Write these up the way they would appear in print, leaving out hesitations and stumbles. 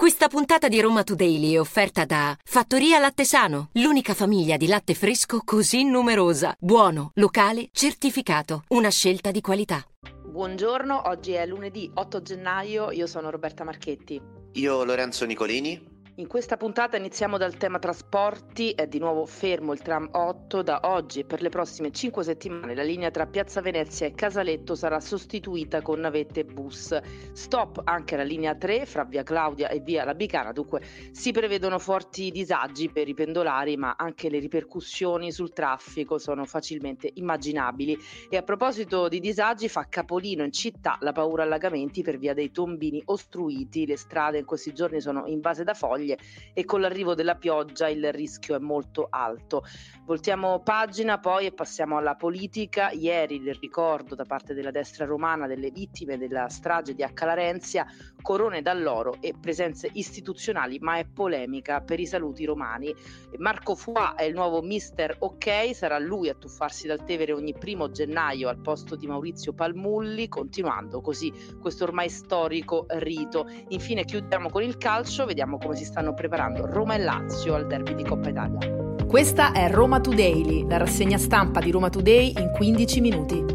Questa puntata di Roma Today è offerta da Fattoria Latte Sano, l'unica famiglia di latte fresco così numerosa. Buono, locale, certificato. Una scelta di qualità. Buongiorno, oggi è lunedì 8 gennaio, io sono Roberta Marchetti. Io Lorenzo Nicolini. In questa puntata iniziamo dal tema trasporti. È di nuovo fermo il tram 8. Da oggi e per le prossime 5 settimane la linea tra Piazza Venezia e Casaletto sarà sostituita con navette e bus. Stop anche la linea 3 fra via Claudia e via La Bicana. Dunque si prevedono forti disagi per i pendolari, ma anche le ripercussioni sul traffico sono facilmente immaginabili. E a proposito di disagi, fa capolino in città la paura allagamenti per via dei tombini ostruiti. Le strade in questi giorni sono invase da foglie e con l'arrivo della pioggia il rischio è molto alto. Voltiamo pagina poi e passiamo alla politica. Ieri il ricordo da parte della destra romana delle vittime della strage di Acca Larenzia, corone d'alloro e presenze istituzionali, ma è polemica per i saluti romani. Marco Foà è il nuovo mister OK, sarà lui a tuffarsi dal Tevere ogni 1 gennaio al posto di Maurizio Palmulli, continuando così questo ormai storico rito. Infine chiudiamo con il calcio, vediamo come si stanno preparando Roma e Lazio al derby di Coppa Italia. Questa è Roma Today, la rassegna stampa di Roma Today in 15 minuti.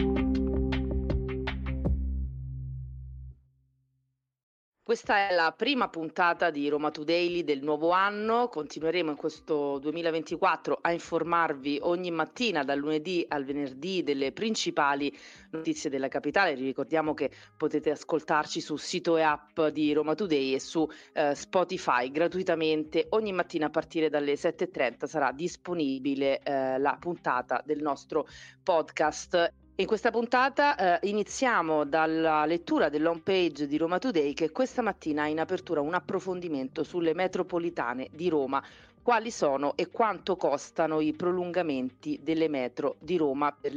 Questa è la prima puntata di Roma Today del nuovo anno. Continueremo in questo 2024 a informarvi ogni mattina dal lunedì al venerdì delle principali notizie della capitale. Vi ricordiamo che potete ascoltarci sul sito e app di Roma Today e su Spotify gratuitamente. Ogni mattina a partire dalle 7:30 sarà disponibile la puntata del nostro podcast. In questa puntata iniziamo dalla lettura dell'home page di Roma Today, che questa mattina ha in apertura un approfondimento sulle metropolitane di Roma. Quali sono e quanto costano i prolungamenti delle metro di Roma? Per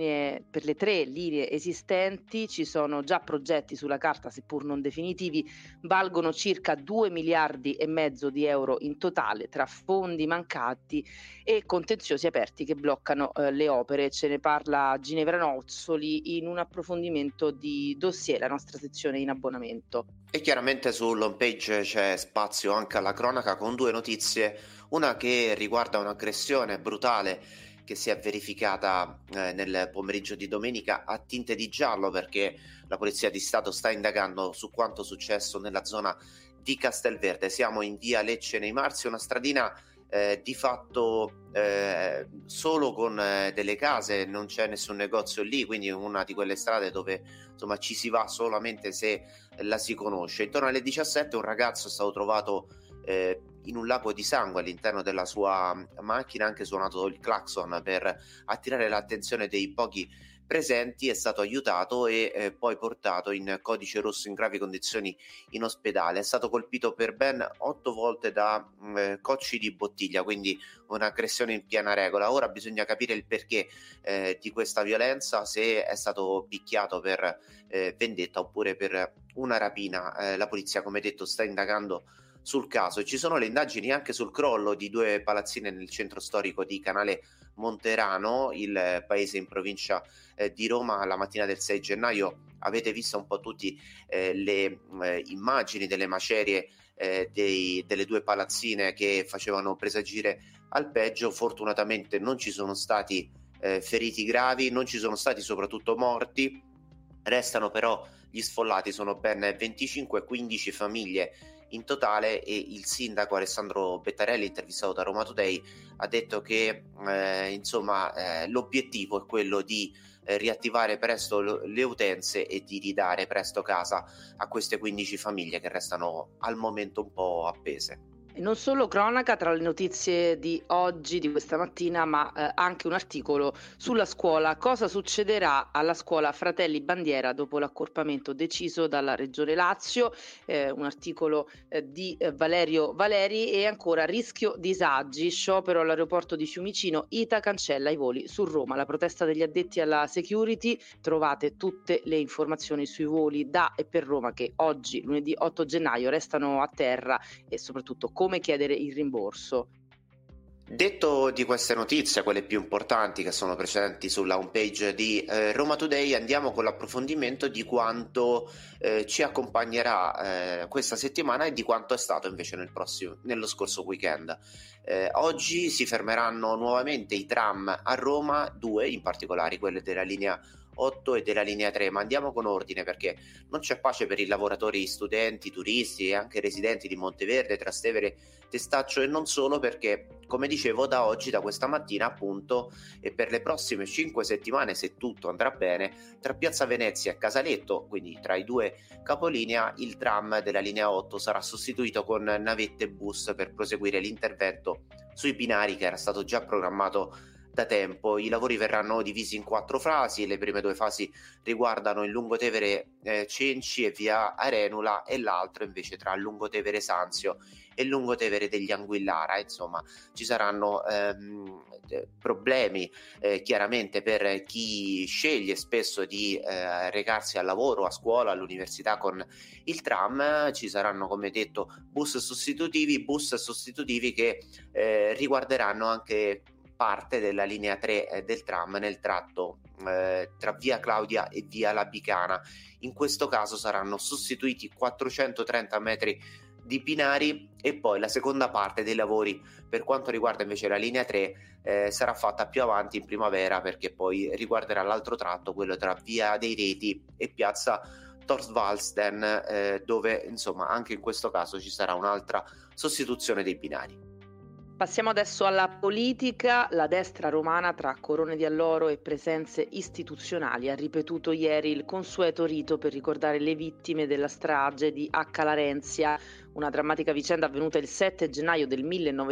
le 3 linee esistenti ci sono già progetti sulla carta, seppur non definitivi, valgono circa 2,5 miliardi di euro in totale tra fondi mancati e contenziosi aperti che bloccano le opere. Ce ne parla Ginevra Nozzoli in un approfondimento di dossier, la nostra sezione in abbonamento. E chiaramente sull'home page c'è spazio anche alla cronaca con 2 notizie, una che riguarda un'aggressione brutale che si è verificata nel pomeriggio di domenica a tinte di giallo, perché la Polizia di Stato sta indagando su quanto successo nella zona di Castelverde. Siamo in via Lecce nei Marsi, una stradina di fatto solo con delle case, non c'è nessun negozio lì, quindi una di quelle strade dove insomma ci si va solamente se la si conosce. Intorno alle 17 un ragazzo è stato trovato in un lago di sangue all'interno della sua macchina, anche suonato il clacson per attirare l'attenzione dei pochi presenti, è stato aiutato e poi portato in codice rosso in gravi condizioni in ospedale. È stato colpito per ben 8 volte da cocci di bottiglia, quindi un'aggressione in piena regola. Ora bisogna capire il perché di questa violenza, se è stato picchiato per vendetta oppure per una rapina. La polizia, come detto, sta indagando sul caso e ci sono le indagini anche sul crollo di 2 palazzine nel centro storico di Canale Monterano, il paese in provincia di Roma. La mattina del 6 gennaio avete visto un po' tutti le immagini delle macerie delle 2 palazzine che facevano presagire al peggio. Fortunatamente non ci sono stati feriti gravi, non ci sono stati soprattutto morti. Restano però gli sfollati, sono ben 25, 15 famiglie in totale, e il sindaco Alessandro Bettarelli, intervistato da Roma Today, ha detto che l'obiettivo è quello di riattivare presto le utenze e di ridare presto casa a queste 15 famiglie che restano al momento un po' appese. E non solo cronaca tra le notizie di oggi, di questa mattina, ma anche un articolo sulla scuola. Cosa succederà alla scuola Fratelli Bandiera dopo l'accorpamento deciso dalla Regione Lazio? Un articolo di Valerio Valeri. E ancora rischio disagi, sciopero all'aeroporto di Fiumicino, ITA cancella i voli su Roma. La protesta degli addetti alla security. Trovate tutte le informazioni sui voli da e per Roma che oggi, lunedì 8 gennaio, restano a terra, e soprattutto come chiedere il rimborso. Detto di queste notizie, quelle più importanti che sono presenti sulla homepage di Roma Today, andiamo con l'approfondimento di quanto ci accompagnerà questa settimana e di quanto è stato invece nello scorso weekend. Oggi si fermeranno nuovamente i tram a Roma, due in particolare, quelle della linea 8 e della linea 3, ma andiamo con ordine perché non c'è pace per i lavoratori, studenti, turisti e anche residenti di Monteverde, Trastevere, Testaccio e non solo, perché come dicevo da oggi, da questa mattina appunto, e per le prossime 5 settimane, se tutto andrà bene, tra Piazza Venezia e Casaletto, quindi tra i due capolinea, il tram della linea 8 sarà sostituito con navette e bus per proseguire l'intervento sui binari che era stato già programmato da tempo. I lavori verranno divisi in 4 fasi, le prime 2 fasi riguardano il Lungotevere Cenci e via Arenula e l'altro invece tra Lungotevere Sanzio e Lungotevere degli Anguillara. Insomma, ci saranno problemi chiaramente per chi sceglie spesso di recarsi al lavoro, a scuola, all'università con il tram. Ci saranno, come detto, bus sostitutivi che riguarderanno anche parte della linea 3 del tram nel tratto tra via Claudia e via Labicana. In questo caso saranno sostituiti 430 metri di binari e poi la seconda parte dei lavori per quanto riguarda invece la linea 3 sarà fatta più avanti in primavera, perché poi riguarderà l'altro tratto, quello tra via dei Reti e piazza Thorvaldsen, dove insomma anche in questo caso ci sarà un'altra sostituzione dei binari. Passiamo adesso alla politica. La destra romana, tra corone di alloro e presenze istituzionali, ha ripetuto ieri il consueto rito per ricordare le vittime della strage di Acca Larenzia, una drammatica vicenda avvenuta il 7 gennaio del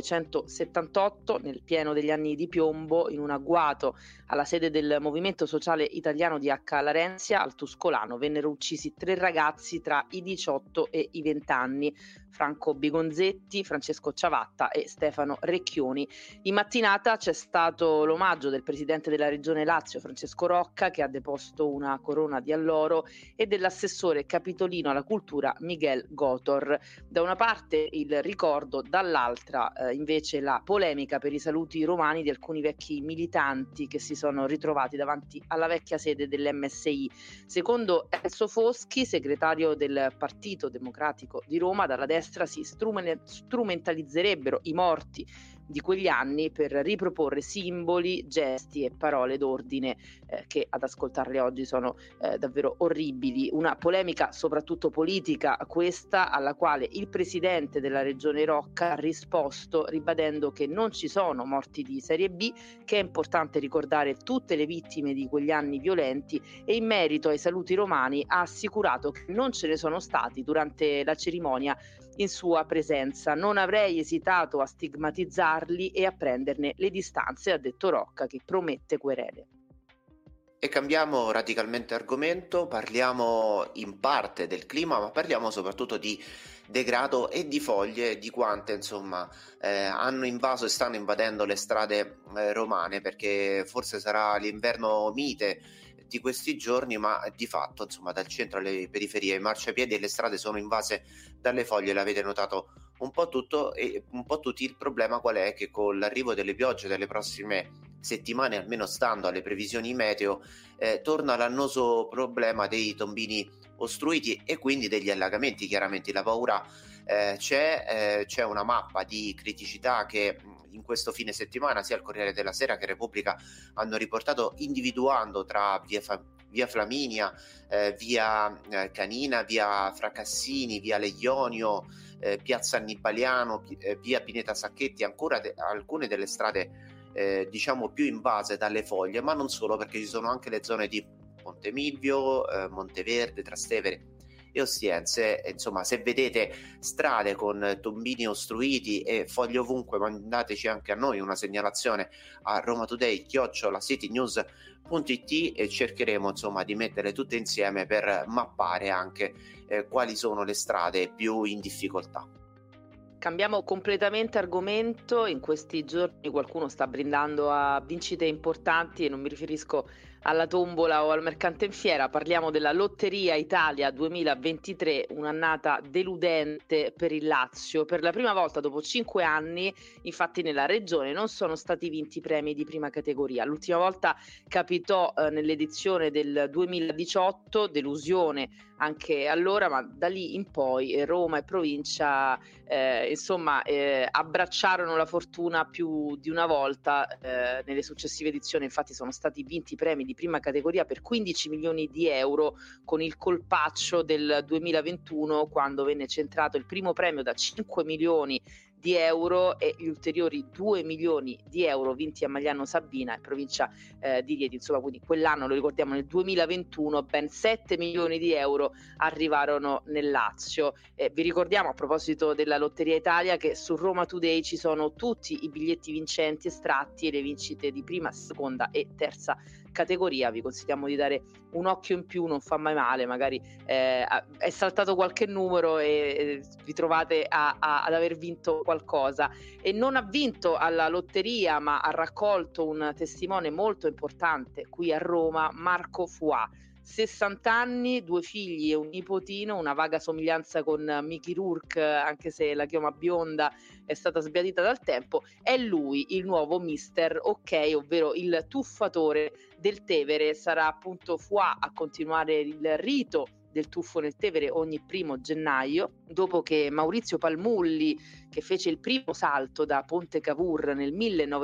1978, nel pieno degli anni di piombo, in un agguato alla sede del Movimento Sociale Italiano di Acca Larenzia, al Tuscolano. Vennero uccisi 3 ragazzi tra i 18 e i 20 anni, Franco Bigonzetti, Francesco Ciavatta e Stefano Recchioni. In mattinata c'è stato l'omaggio del presidente della regione Lazio, Francesco Rocca, che ha deposto una corona di alloro, e dell'assessore capitolino alla cultura Miguel Gotor. Da una parte il ricordo, dall'altra invece la polemica per i saluti romani di alcuni vecchi militanti che si sono ritrovati davanti alla vecchia sede dell'MSI. Secondo Enzo Foschi, segretario del Partito Democratico di Roma, dalla destra si strumentalizzerebbero i morti di quegli anni per riproporre simboli, gesti e parole d'ordine che ad ascoltarle oggi sono davvero orribili. Una polemica soprattutto politica questa, alla quale il presidente della regione Rocca ha risposto ribadendo che non ci sono morti di serie B, che è importante ricordare tutte le vittime di quegli anni violenti, e in merito ai saluti romani ha assicurato che non ce ne sono stati durante la cerimonia in sua presenza. Non avrei esitato a stigmatizzarli e a prenderne le distanze, ha detto Rocca, che promette querele. E cambiamo radicalmente argomento, parliamo in parte del clima, ma parliamo soprattutto di degrado e di foglie, di quante insomma hanno invaso e stanno invadendo le strade romane, perché forse sarà l'inverno mite di questi giorni, ma di fatto insomma dal centro alle periferie i marciapiedi e le strade sono invase dalle foglie, l'avete notato un po' tutto e un po' tutti. Il problema qual è? Che con l'arrivo delle piogge delle prossime settimane, almeno stando alle previsioni meteo, torna l'annoso problema dei tombini ostruiti e quindi degli allagamenti. Chiaramente la paura c'è una mappa di criticità che in questo fine settimana sia il Corriere della Sera che Repubblica hanno riportato, individuando tra via Flaminia, via Canina, via Fracassini, via Leionio, piazza Annibaliano, via Pineta Sacchetti, ancora alcune delle strade diciamo più invase dalle foglie, ma non solo, perché ci sono anche le zone di Ponte Milvio, Monteverde, Trastevere e Ostiense. Insomma, se vedete strade con tombini ostruiti e foglie ovunque, mandateci anche a noi una segnalazione a romatoday@citynews.it e cercheremo insomma di mettere tutte insieme per mappare anche quali sono le strade più in difficoltà. Cambiamo completamente argomento. In questi giorni qualcuno sta brindando a vincite importanti e non mi riferisco alla tombola o al mercante in fiera, parliamo della Lotteria Italia 2023, un'annata deludente per il Lazio. Per la prima volta dopo 5 anni, infatti, nella regione non sono stati vinti premi di prima categoria. L'ultima volta capitò nell'edizione del 2018, delusione anche allora, ma da lì in poi Roma e provincia abbracciarono la fortuna più di una volta. Nelle successive edizioni infatti sono stati vinti premi di prima categoria per 15 milioni di euro, con il colpaccio del 2021, quando venne centrato il primo premio da 5 milioni di euro e gli ulteriori 2 milioni di euro vinti a Magliano Sabina in provincia di Rieti. Insomma, quindi quell'anno, lo ricordiamo, nel 2021 ben 7 milioni di euro arrivarono nel Lazio. Vi ricordiamo, a proposito della Lotteria Italia, che su Roma Today ci sono tutti i biglietti vincenti estratti e le vincite di prima, seconda e terza categoria. Vi consigliamo di dare un occhio in più, non fa mai male, magari è saltato qualche numero e vi trovate ad aver vinto qualcosa. E non ha vinto alla lotteria, ma ha raccolto un testimone molto importante qui a Roma, Marco Foà. 60 anni, 2 figli e un nipotino, una vaga somiglianza con Mickey Rourke, anche se la chioma bionda è stata sbiadita dal tempo. È lui il nuovo Mister OK, ovvero il tuffatore del Tevere. Sarà appunto Foà a continuare il rito del tuffo nel Tevere ogni 1° gennaio, dopo che Maurizio Palmulli, che fece il primo salto da Ponte Cavour nel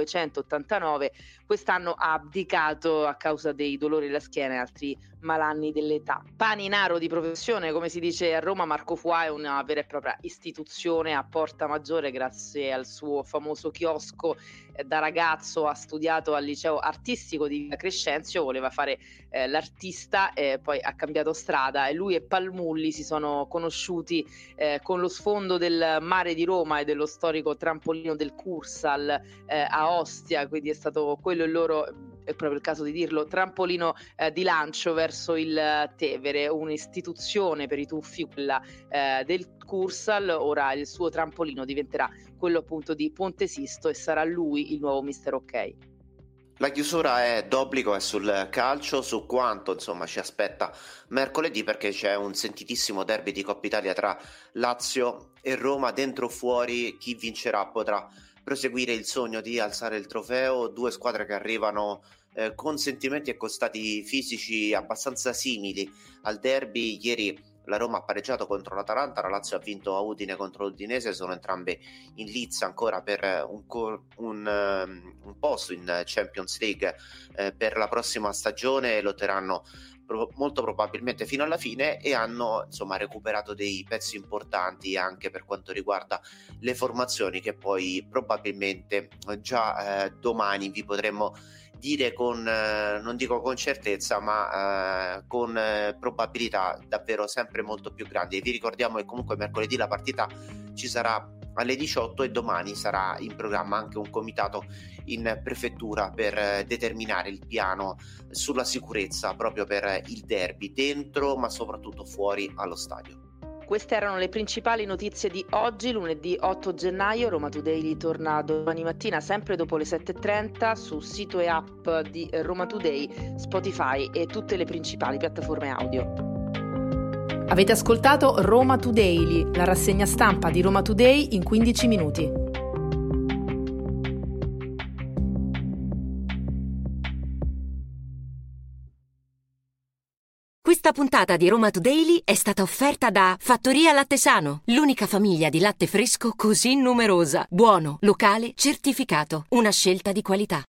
1989, quest'anno ha abdicato a causa dei dolori alla schiena e altri malanni dell'età. Paninaro di professione, come si dice a Roma, Marco Foà è una vera e propria istituzione a Porta Maggiore grazie al suo famoso chiosco. Da ragazzo ha studiato al liceo artistico di Via Crescenzio, voleva fare l'artista, poi ha cambiato strada e lui e Palmulli si sono conosciuti con lo sfondo del mare di Roma e dello storico trampolino del Cursal a Ostia, quindi è stato quello il loro, è proprio il caso di dirlo, trampolino di lancio verso il Tevere, un'istituzione per i tuffi, quella del Cursal. Ora il suo trampolino diventerà quello appunto di Ponte Sisto e sarà lui il nuovo Mister OK. La chiusura è d'obbligo, è sul calcio, su quanto insomma ci aspetta mercoledì, perché c'è un sentitissimo derby di Coppa Italia tra Lazio e Roma. Dentro o fuori, chi vincerà potrà proseguire il sogno di alzare il trofeo. Due squadre che arrivano con sentimenti e con stati fisici abbastanza simili al derby. Ieri la Roma ha pareggiato contro l'Atalanta, la Lazio ha vinto a Udine contro l'Udinese, sono entrambe in lizza ancora per un posto in Champions League per la prossima stagione. Lotteranno molto probabilmente fino alla fine e hanno insomma recuperato dei pezzi importanti anche per quanto riguarda le formazioni, che poi probabilmente già domani vi potremmo dire con, non dico con certezza, ma con probabilità davvero sempre molto più grandi. Vi ricordiamo che comunque mercoledì la partita ci sarà alle 18 e domani sarà in programma anche un comitato in prefettura per determinare il piano sulla sicurezza proprio per il derby dentro ma soprattutto fuori allo stadio. Queste erano le principali notizie di oggi, lunedì 8 gennaio. Roma Today torna domani mattina, sempre dopo le 7:30, su sito e app di Roma Today, Spotify e tutte le principali piattaforme audio. Avete ascoltato Roma Today, la rassegna stampa di Roma Today in 15 minuti. Questa puntata di Roma Today è stata offerta da Fattoria Latte Sano, l'unica famiglia di latte fresco così numerosa. Buono, locale, certificato. Una scelta di qualità.